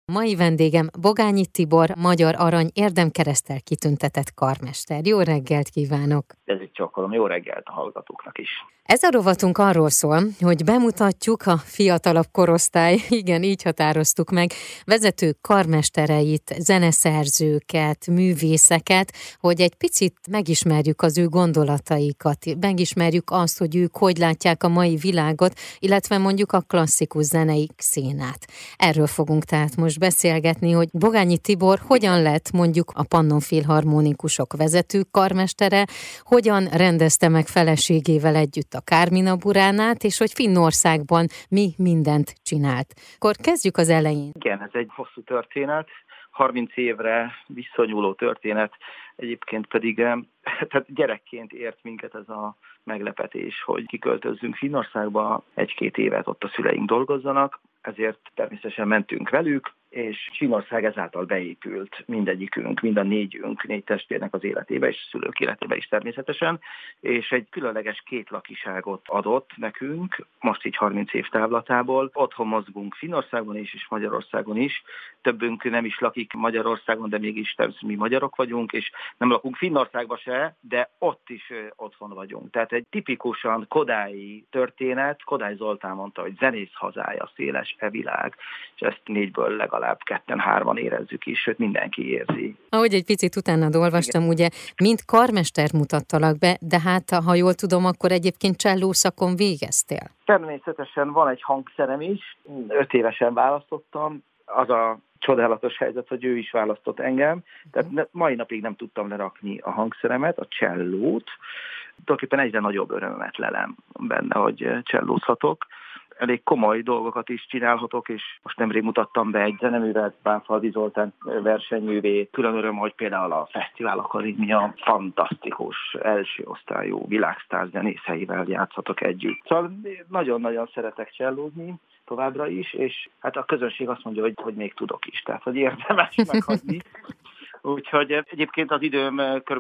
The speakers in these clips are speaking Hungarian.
Mai vendégem Bogányi Tibor, Magyar Arany érdemkereszttel kitüntetett karmester. Jó reggelt kívánok! Ez itt csokolom, jó reggelt a hallgatóknak is. Ez a rovatunk arról szól, hogy bemutatjuk a fiatalabb korosztály, igen, így határoztuk meg, vezető karmestereit, zeneszerzőket, művészeket, hogy egy picit megismerjük az ő gondolataikat, megismerjük azt, hogy ők hogy látják a mai világot, illetve mondjuk a klasszikus zenei színát. Erről fogunk tehát most beszélgetni, hogy Bogányi Tibor hogyan lett mondjuk a Pannon Filharmonikusok vezető karmestere, hogyan rendezte meg feleségével együtt a Carmina Buránát, és hogy Finnországban mi mindent csinált. Akkor kezdjük az elején. Igen, ez egy hosszú történet, 30 évre visszanyúló történet, egyébként pedig tehát gyerekként ért minket ez a meglepetés, hogy kiköltözzünk Finnországba, 1-2 évet ott a szüleink dolgozzanak, ezért természetesen mentünk velük, és Finnország ezáltal beépült mindegyikünk, mind a 4 testvérnek az életébe, és szülők életébe is természetesen, és egy különleges 2 lakiságot adott nekünk, most így 30 év távlatából. Otthon mozgunk Finnországban is, és Magyarországon is. Többünk nem is lakik Magyarországon, de mégis természetesen mi magyarok vagyunk, és nem lakunk Finnországban se, de ott is otthon vagyunk. Tehát egy tipikusan kodályi történet, Kodály Zoltán mondta, hogy zenész hazája, széles világ, és ezt 4-ből legalább 2-3 érezzük is, sőt mindenki érzi. Ahogy egy picit utána olvastam, ugye, mint karmester mutattalak be, de hát, ha jól tudom, akkor egyébként cselló szakon végeztél. Természetesen van egy hangszerem is, 5 évesen választottam, az a csodálatos helyzet, hogy ő is választott engem, tehát mai napig nem tudtam lerakni a hangszeremet, a csellót, tulajdonképpen egyre nagyobb örömet lelem benne, hogy csellózhatok. Elég komoly dolgokat is csinálhatok, és most nemrég mutattam be egy zeneművet, Bánfalvi Zoltán versenyművét. Külön öröm, hogy például a Fesztivál Akadémia fantasztikus, első osztályú világsztár zenészeivel játszhatok együtt. Szóval nagyon-nagyon szeretek csellózni továbbra is, és hát a közönség azt mondja, hogy még tudok is, tehát hogy érdemes meghagyni. Úgyhogy egyébként az időm kb.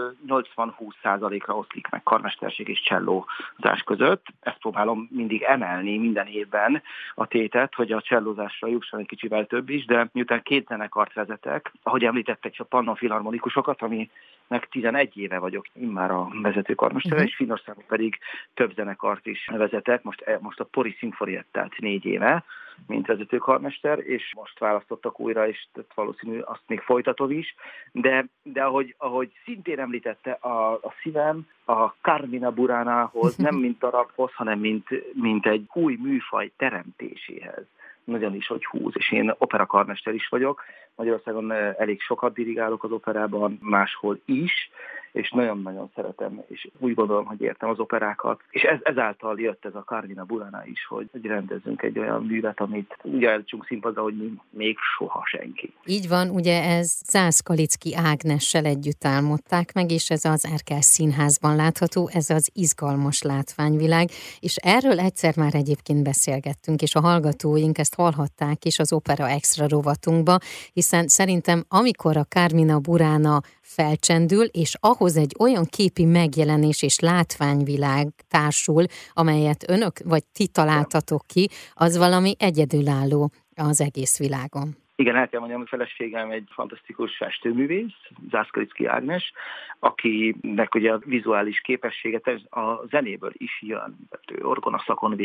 80-20%-ra oszlik meg karmesterség és csellózás között. Ezt próbálom mindig emelni minden évben a tétet, hogy a csellózásra jusson egy kicsivel több is, de miután 2 zenekart vezetek, ahogy említettek a Pannon Filharmonikusokat, aminek 11 éve vagyok immár a vezető karmestere, és Finnországban pedig több zenekart is vezetek. Most a Pori Szimfoniettet 4 éve, mint vezető karmester, és most választottak újra, és valószínű azt még folytatom is, de ahogy szintén említette, a szívem a Carmina Buránához, nem mint darabhoz, hanem mint egy új műfaj teremtéséhez nagyon is, hogy húz, és én operakarmester is vagyok, Magyarországon elég sokat dirigálok az operában, máshol is, és nagyon-nagyon szeretem, és úgy gondolom, hogy értem az operákat. És ezáltal jött ez a Carmina Burana is, hogy rendezzünk egy olyan művet, amit ugye elcsünk színpadra, hogy még soha senki. Így van, ugye ez Zász-Kalicki Ágnessel együtt álmodták meg, és ez az Erkel Színházban látható, ez az izgalmas látványvilág, és erről egyszer már egyébként beszélgettünk, és a hallgatóink ezt hallhatták is az Opera Extra rovatunkba, hiszen szerintem amikor a Carmina Burana felcsendül, és ahhoz egy olyan képi megjelenés és látványvilág társul, amelyet önök vagy ti találtatok ki, az valami egyedülálló az egész világon. Igen, el kell mondjam, hogy feleségem egy fantasztikus festőművész, Zász-Kalicki Ágnes, akinek ugye a vizuális képessége a zenéből is jön. Ő orgonaszakon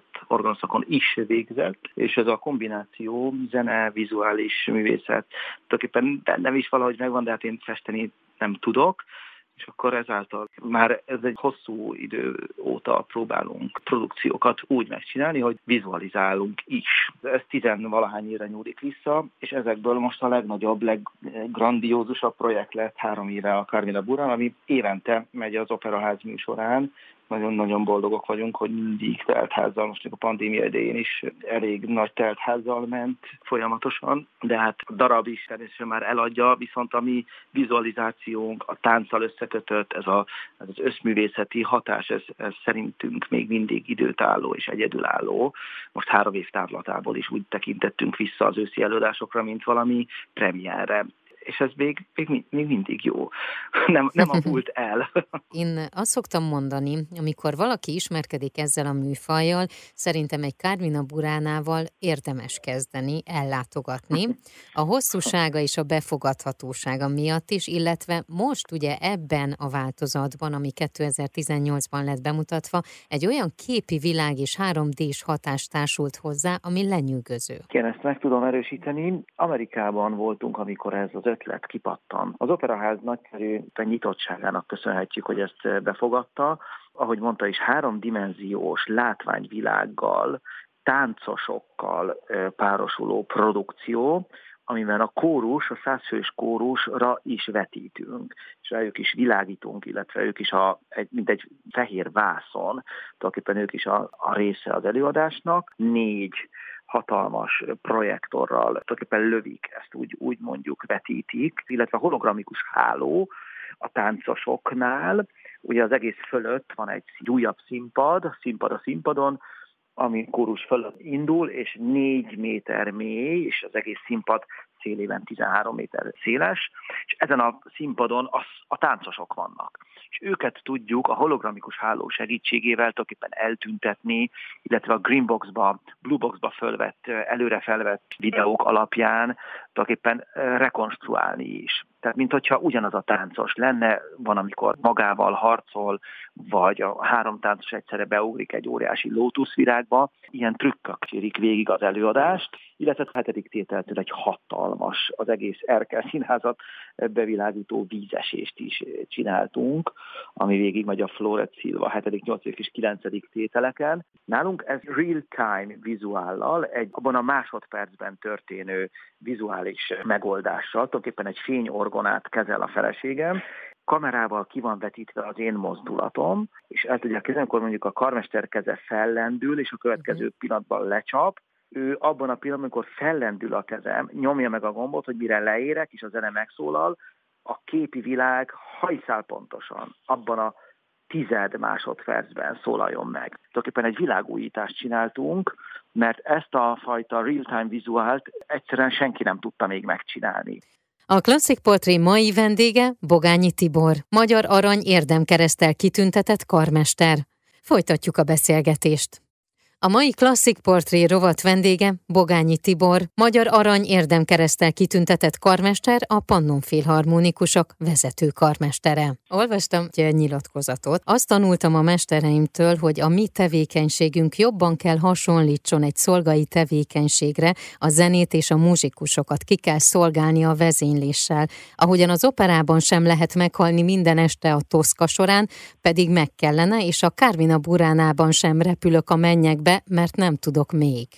is végzett, és ez a kombináció zene, vizuális művészet tulajdonképpen bennem is valahogy megvan, de hát én festeni nem tudok, és akkor ezáltal már ez egy hosszú idő óta próbálunk produkciókat úgy megcsinálni, hogy vizualizálunk is. Ez 10-valahány évre nyúlik vissza, és ezekből most a legnagyobb, leggrandiózusabb projekt lett 3 éve a Carmina Burana, ami évente megy az Operaház műsorán. Nagyon-nagyon boldogok vagyunk, hogy mindig teltházzal, most a pandémia idején is elég nagy teltházzal ment folyamatosan, de hát a darab is természetesen már eladja, viszont a mi vizualizációnk, a tánccal összekötött, ez az összművészeti hatás, ez szerintünk még mindig időtálló és egyedülálló. Most 3 év távlatából is úgy tekintettünk vissza az őszi előadásokra, mint valami premierre. és ez még mindig jó. Nem avult el. Én azt szoktam mondani, amikor valaki ismerkedik ezzel a műfajjal, szerintem egy Carmina Buranával érdemes kezdeni, ellátogatni. A hosszúsága és a befogadhatósága miatt is, illetve most ugye ebben a változatban, ami 2018-ban lett bemutatva, egy olyan képi világ és 3D-s hatás társult hozzá, ami lenyűgöző. Igen, ezt meg tudom erősíteni. Amerikában voltunk, amikor ez az ötlet kipattan. Az Operaház nagyszerű nyitottságának köszönhetjük, hogy ezt befogadta. Ahogy mondta is, 3D-s látványvilággal, táncosokkal párosuló produkció, amiben a kórus, a 100 fős kórusra is vetítünk, és rájuk is világítunk, illetve ők is mint egy fehér vászon, tulajdonképpen ők is a része az előadásnak. 4 hatalmas projektorral tulajdonképpen lövik, ezt úgy mondjuk vetítik, illetve hologramikus háló a táncosoknál. Ugye az egész fölött van egy újabb színpad a színpadon, ami kórus fölött indul, és 4 méter mély, és az egész színpad szélében 13 méter széles, és ezen a színpadon a táncosok vannak. És őket tudjuk a hologramikus háló segítségével tulajdonképpen eltüntetni, illetve a Greenboxba, Blueboxba előre felvett videók alapján tulajdonképpen rekonstruálni is. Tehát, mint hogyha ugyanaz a táncos lenne, van, amikor magával harcol, vagy a 3 táncos egyszerre beugrik egy óriási lótuszvirágba. Ilyen trükkök kérik végig az előadást, illetve a 7. tételtől egy hatalmas, az egész Erkel Színházat bevilágító vízesést is csináltunk, ami végig megy a Floret Silva 7., 8. és 9. tételeken. Nálunk ez real-time vizuállal, abban a másodpercben történő vizuális megoldással, tulajdonképpen egy fényorgonát kezel a feleségem, kamerával ki van vetítve az én mozdulatom, és el tudják kezdeni, amikor mondjuk a karmester keze fellendül, és a következő pillanatban lecsap, ő abban a pillanatban, amikor fellendül a kezem, nyomja meg a gombot, hogy mire leérek, és a zene megszólal, a képi világ hajszál pontosan abban a 10 másodpercben szólaljon meg. Tulajdonképpen egy világújítást csináltunk, mert ezt a fajta real-time vizuált egyszerűen senki nem tudta még megcsinálni. A Klasszik Portré mai vendége Bogányi Tibor, Magyar Arany Érdemkereszttel kitüntetett karmester. Folytatjuk a beszélgetést. A mai Klasszik Portré rovat vendége Bogányi Tibor, Magyar Arany Érdemkereszttel kitüntetett karmester, a Pannon Filharmonikusok vezető karmestere. Olvastam egy nyilatkozatot. Azt tanultam a mestereimtől, hogy a mi tevékenységünk jobban kell hasonlítson egy szolgai tevékenységre, a zenét és a muzsikusokat ki kell szolgálni a vezényléssel. Ahogyan az operában sem lehet meghalni minden este a Toszka során, pedig meg kellene, és a Carmina Buranában sem repülök a mennyekbe, mert nem tudok még.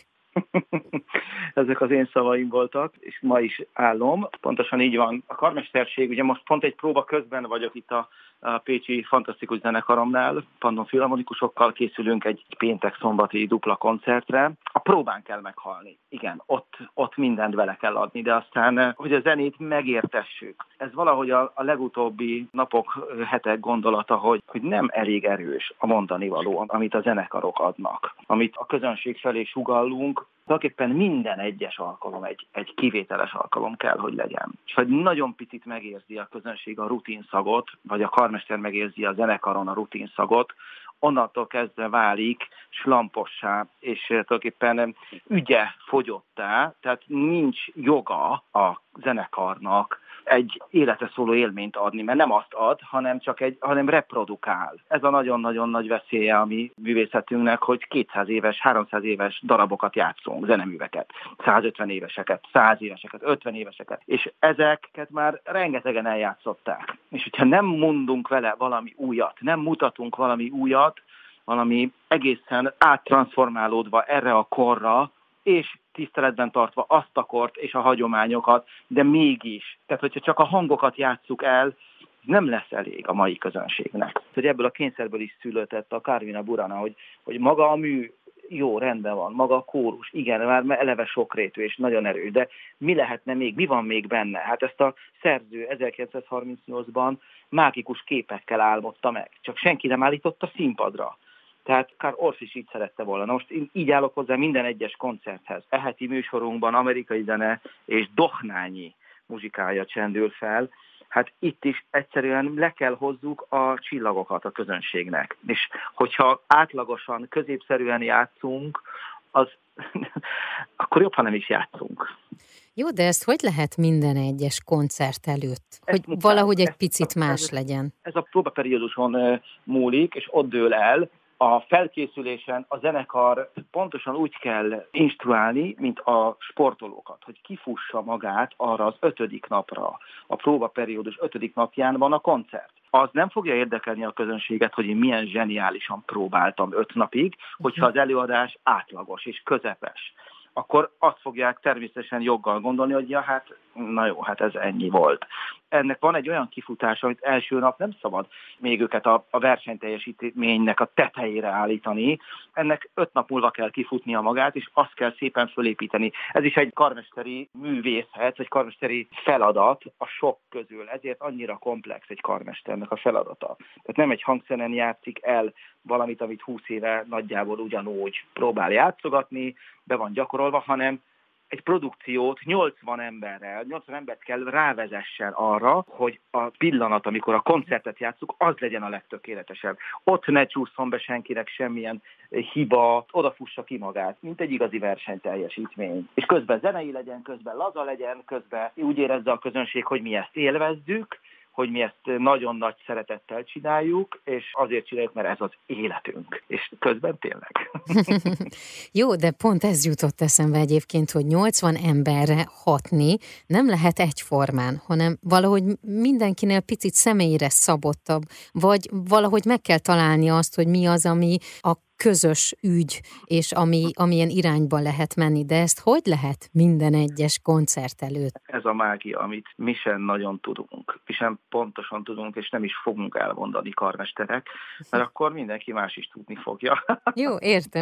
Ezek az én szavaim voltak, és ma is állom. Pontosan így van. A karmesterség, ugye most pont egy próba közben vagyok itt a pécsi fantasztikus zenekaromnál, Pannon Filharmonikusokkal készülünk egy péntek-szombati dupla koncertre. A próbán kell meghalni. Igen, ott mindent bele kell adni, de aztán, hogy a zenét megértessük. Ez valahogy a legutóbbi napok, hetek gondolata, hogy nem elég erős a mondani való, amit a zenekarok adnak, amit a közönség felé sugallunk. Tulajdonképpen minden egyes alkalom egy kivételes alkalom kell, hogy legyen. És hogy nagyon picit megérzi a közönség a rutinszagot, vagy a karmester megérzi a zenekaron a rutinszagot, onnantól kezdve válik slampossá, és tulajdonképpen ügye fogyottá, tehát nincs joga a zenekarnak egy életre szóló élményt adni, mert nem azt ad, hanem reprodukál. Ez a nagyon-nagyon nagy veszélye a mi művészetünknek, hogy 200 éves, 300 éves darabokat játszunk, zeneműveket, 150 éveseket, 100 éveseket, 50 éveseket, és ezeket már rengetegen eljátszották. És hogyha nem mondunk vele valami újat, nem mutatunk valami újat, valami egészen áttranszformálódva erre a korra, és tiszteletben tartva azt a kort és a hagyományokat, de mégis. Tehát, hogyha csak a hangokat játsszuk el, nem lesz elég a mai közönségnek. Hogy ebből a kényszerből is született a Carmina Burana, hogy maga a mű jó, rendben van, maga a kórus, igen, már eleve sokrétű és nagyon erős, de mi lehetne még, mi van még benne? Hát ezt a szerző 1938-ban mágikus képekkel álmodta meg, csak senki nem állította színpadra. Tehát Karl Orff is így szerette volna. Na most én így állok hozzá minden egyes koncerthez. Heti műsorunkban amerikai zene és Dohnányi muzsikája csendül fel. Hát itt is egyszerűen le kell hozzuk a csillagokat a közönségnek. És hogyha átlagosan, középszerűen játszunk, az akkor jobb, ha nem is játszunk. Jó, de ezt hogy lehet minden egyes koncert előtt? Hogy valahogy egy picit más legyen? Ez a próbaperióduson múlik, és ott dől el. A felkészülésen a zenekar pontosan úgy kell instruálni, mint a sportolókat, hogy kifussa magát arra az 5. napra. A próbaperiódus 5. napján van a koncert. Az nem fogja érdekelni a közönséget, hogy én milyen zseniálisan próbáltam 5 napig, hogyha az előadás átlagos és közepes. Akkor azt fogják természetesen joggal gondolni, hogy ja, hát na jó, hát ez ennyi volt. Ennek van egy olyan kifutása, amit első nap nem szabad még őket a versenyteljesítménynek a tetejére állítani. Ennek 5 nap múlva kell kifutnia magát, és azt kell szépen fölépíteni. Ez is egy karmesteri művészet, egy karmesteri feladat a sok közül. Ezért annyira komplex egy karmesternek a feladata. Tehát nem egy hangszeren játszik el valamit, amit 20 éve nagyjából ugyanúgy próbál játszogatni, be van gyakorolva, hanem egy produkciót 80 embert kell rávezessen arra, hogy a pillanat, amikor a koncertet játsszuk, az legyen a legtökéletesebb. Ott ne csúszson be senkinek semmilyen hiba, odafussa ki magát, mint egy igazi versenyteljesítmény. És közben zenei legyen, közben laza legyen, közben úgy érezze a közönség, hogy mi ezt élvezzük, hogy mi ezt nagyon nagy szeretettel csináljuk, és azért csináljuk, mert ez az életünk. És közben tényleg. Jó, de pont ez jutott eszembe egyébként, hogy 80 emberre hatni nem lehet egyformán, hanem valahogy mindenkinél picit személyre szabottabb, vagy valahogy meg kell találni azt, hogy mi az, ami a közös ügy, és amilyen irányba lehet menni, de ezt hogy lehet minden egyes koncert előtt? Ez a mágia, amit mi sem nagyon tudunk, mi sem pontosan tudunk, és nem is fogunk elmondani karmesterek, mert akkor mindenki más is tudni fogja. Jó, értem.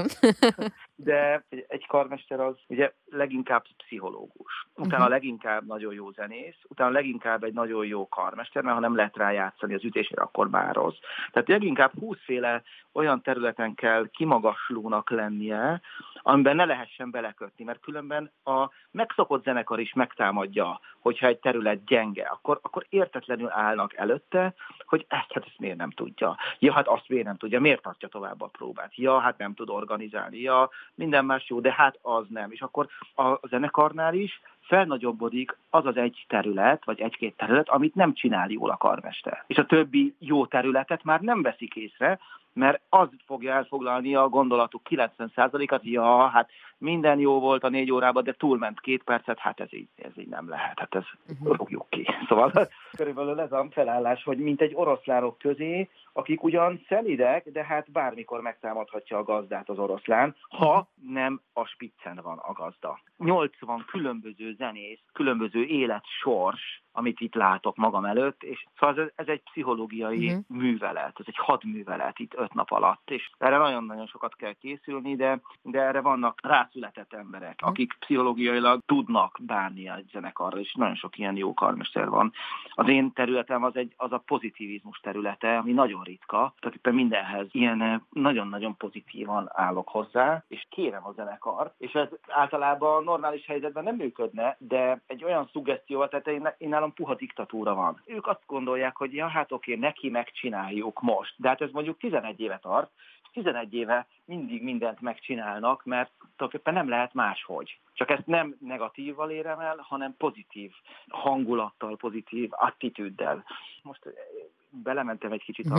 De egy karmester az ugye leginkább pszichológus, utána leginkább nagyon jó zenész, utána leginkább egy nagyon jó karmester, mert ha nem lehet rá játszani az ütésére, akkor már rossz. Tehát leginkább 20 féle olyan területen kell kimagaslónak lennie, amiben ne lehessen belekötni, mert különben a megszokott zenekar is megtámadja, hogyha egy terület gyenge, akkor értetlenül állnak előtte, hogy ezt miért nem tudja. Ja, hát azt miért nem tudja, miért tartja tovább a próbát. Ja, hát nem tud organizálni. Ja, minden más jó, de hát az nem. És akkor a zenekarnál is felnagyobbodik az az egy terület, vagy egy-két terület, amit nem csinál jól a karmester. És a többi jó területet már nem veszik észre, mert az fogja elfoglalni a gondolatuk 90%-at, ja, hát minden jó volt a 4 órában, de túlment 2 percet, hát ez így nem lehet, hát ez rúgjuk ki. Szóval körülbelül ez a felállás, hogy mint egy oroszlánok közé, akik ugyan szelidek, de hát bármikor megtámadhatja a gazdát az oroszlán, ha nem a spiccen van a gazda. 80 különböző zenész, különböző életsors, amit itt látok magam előtt, és szóval ez egy pszichológiai művelet, ez egy hadművelet itt 5 nap alatt, és erre nagyon-nagyon sokat kell készülni, de erre vannak rászületett emberek, akik pszichológiailag tudnak bánni egy zenekarra, és nagyon sok ilyen jó karmester van. Az én területem az a pozitivizmus területe, ami nagyon ritka, tehát mindenhez ilyen nagyon-nagyon pozitívan állok hozzá, és kérem a zenekart, és ez általában normális helyzetben nem működne, de egy olyan szuggesztióval, tehát én nálam puha diktatúra van. Ők azt gondolják, hogy ja, hát oké, neki megcsináljuk most. De hát ez mondjuk 11 éve tart, és 11 éve mindig mindent megcsinálnak, mert tulajdonképpen nem lehet máshogy. Csak ezt nem negatívval érem el, hanem pozitív hangulattal, pozitív attitűddel. Most belementem egy kicsit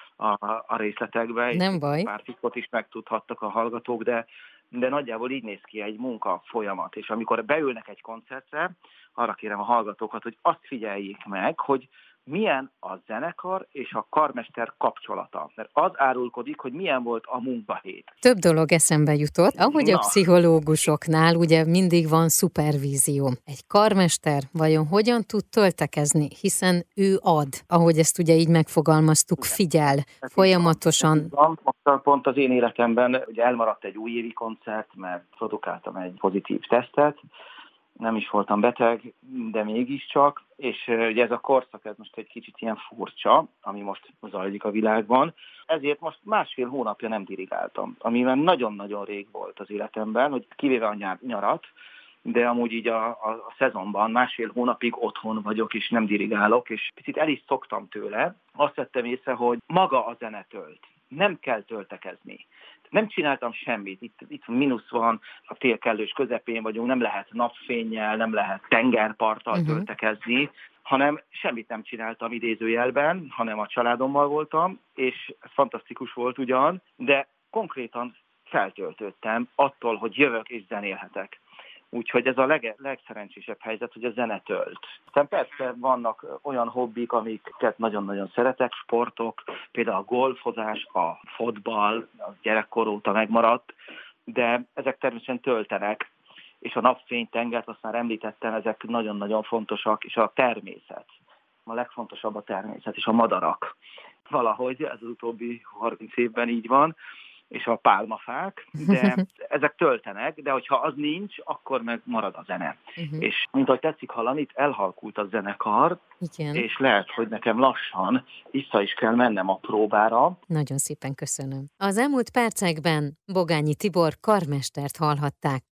a részletekbe, nem és baj. Pár titkot is megtudhattak a hallgatók, de nagyjából így néz ki egy munka folyamat, és amikor beülnek egy koncertre, arra kérem a hallgatókat, hogy azt figyeljék meg, hogy milyen a zenekar és a karmester kapcsolata. Mert az árulkodik, hogy milyen volt a munkahét. Több dolog eszembe jutott. Ahogy a pszichológusoknál ugye mindig van szupervízió. Egy karmester vajon hogyan tud töltekezni, hiszen ő ad, ahogy ezt ugye így megfogalmaztuk, figyel folyamatosan. Pont az én életemben ugye elmaradt egy újévi koncert, mert produkáltam egy pozitív tesztet, nem is voltam beteg, de mégiscsak, és ugye ez a korszak, ez most egy kicsit ilyen furcsa, ami most zajlik a világban, ezért most 1,5 hónapja nem dirigáltam, amiben nagyon-nagyon rég volt az életemben, hogy kivéve a nyarat, de amúgy így a szezonban másfél hónapig otthon vagyok, és nem dirigálok, és picit el is szoktam tőle. Azt vettem észre, hogy maga a zene tölt. Nem kell töltekezni. Nem csináltam semmit. Itt mínusz van, a tél kellős közepén vagyunk, nem lehet napfénnyel, nem lehet tengerparttal töltekezni, hanem semmit nem csináltam idézőjelben, hanem a családommal voltam, és ez fantasztikus volt ugyan, de konkrétan feltöltöttem attól, hogy jövök és zenélhetek. Úgyhogy ez a legszerencsésebb helyzet, hogy a zene tölt. Aztán persze vannak olyan hobbik, amiket nagyon-nagyon szeretek, sportok, például a golfozás, a fotball, a gyerekkor óta megmaradt, de ezek természetesen töltenek, és a napfény, tengert, azt már említettem, ezek nagyon-nagyon fontosak, és a természet. A legfontosabb a természet, és a madarak. Valahogy ez az utóbbi 30 évben így van, és a pálmafák, de ezek töltenek, de hogyha az nincs, akkor meg marad a zene. És mint ahogy tetszik hallani, itt elhalkult a zenekar, igen. És lehet, hogy nekem lassan vissza is kell mennem a próbára. Nagyon szépen köszönöm. Az elmúlt percekben Bogányi Tibor karmestert hallhatták.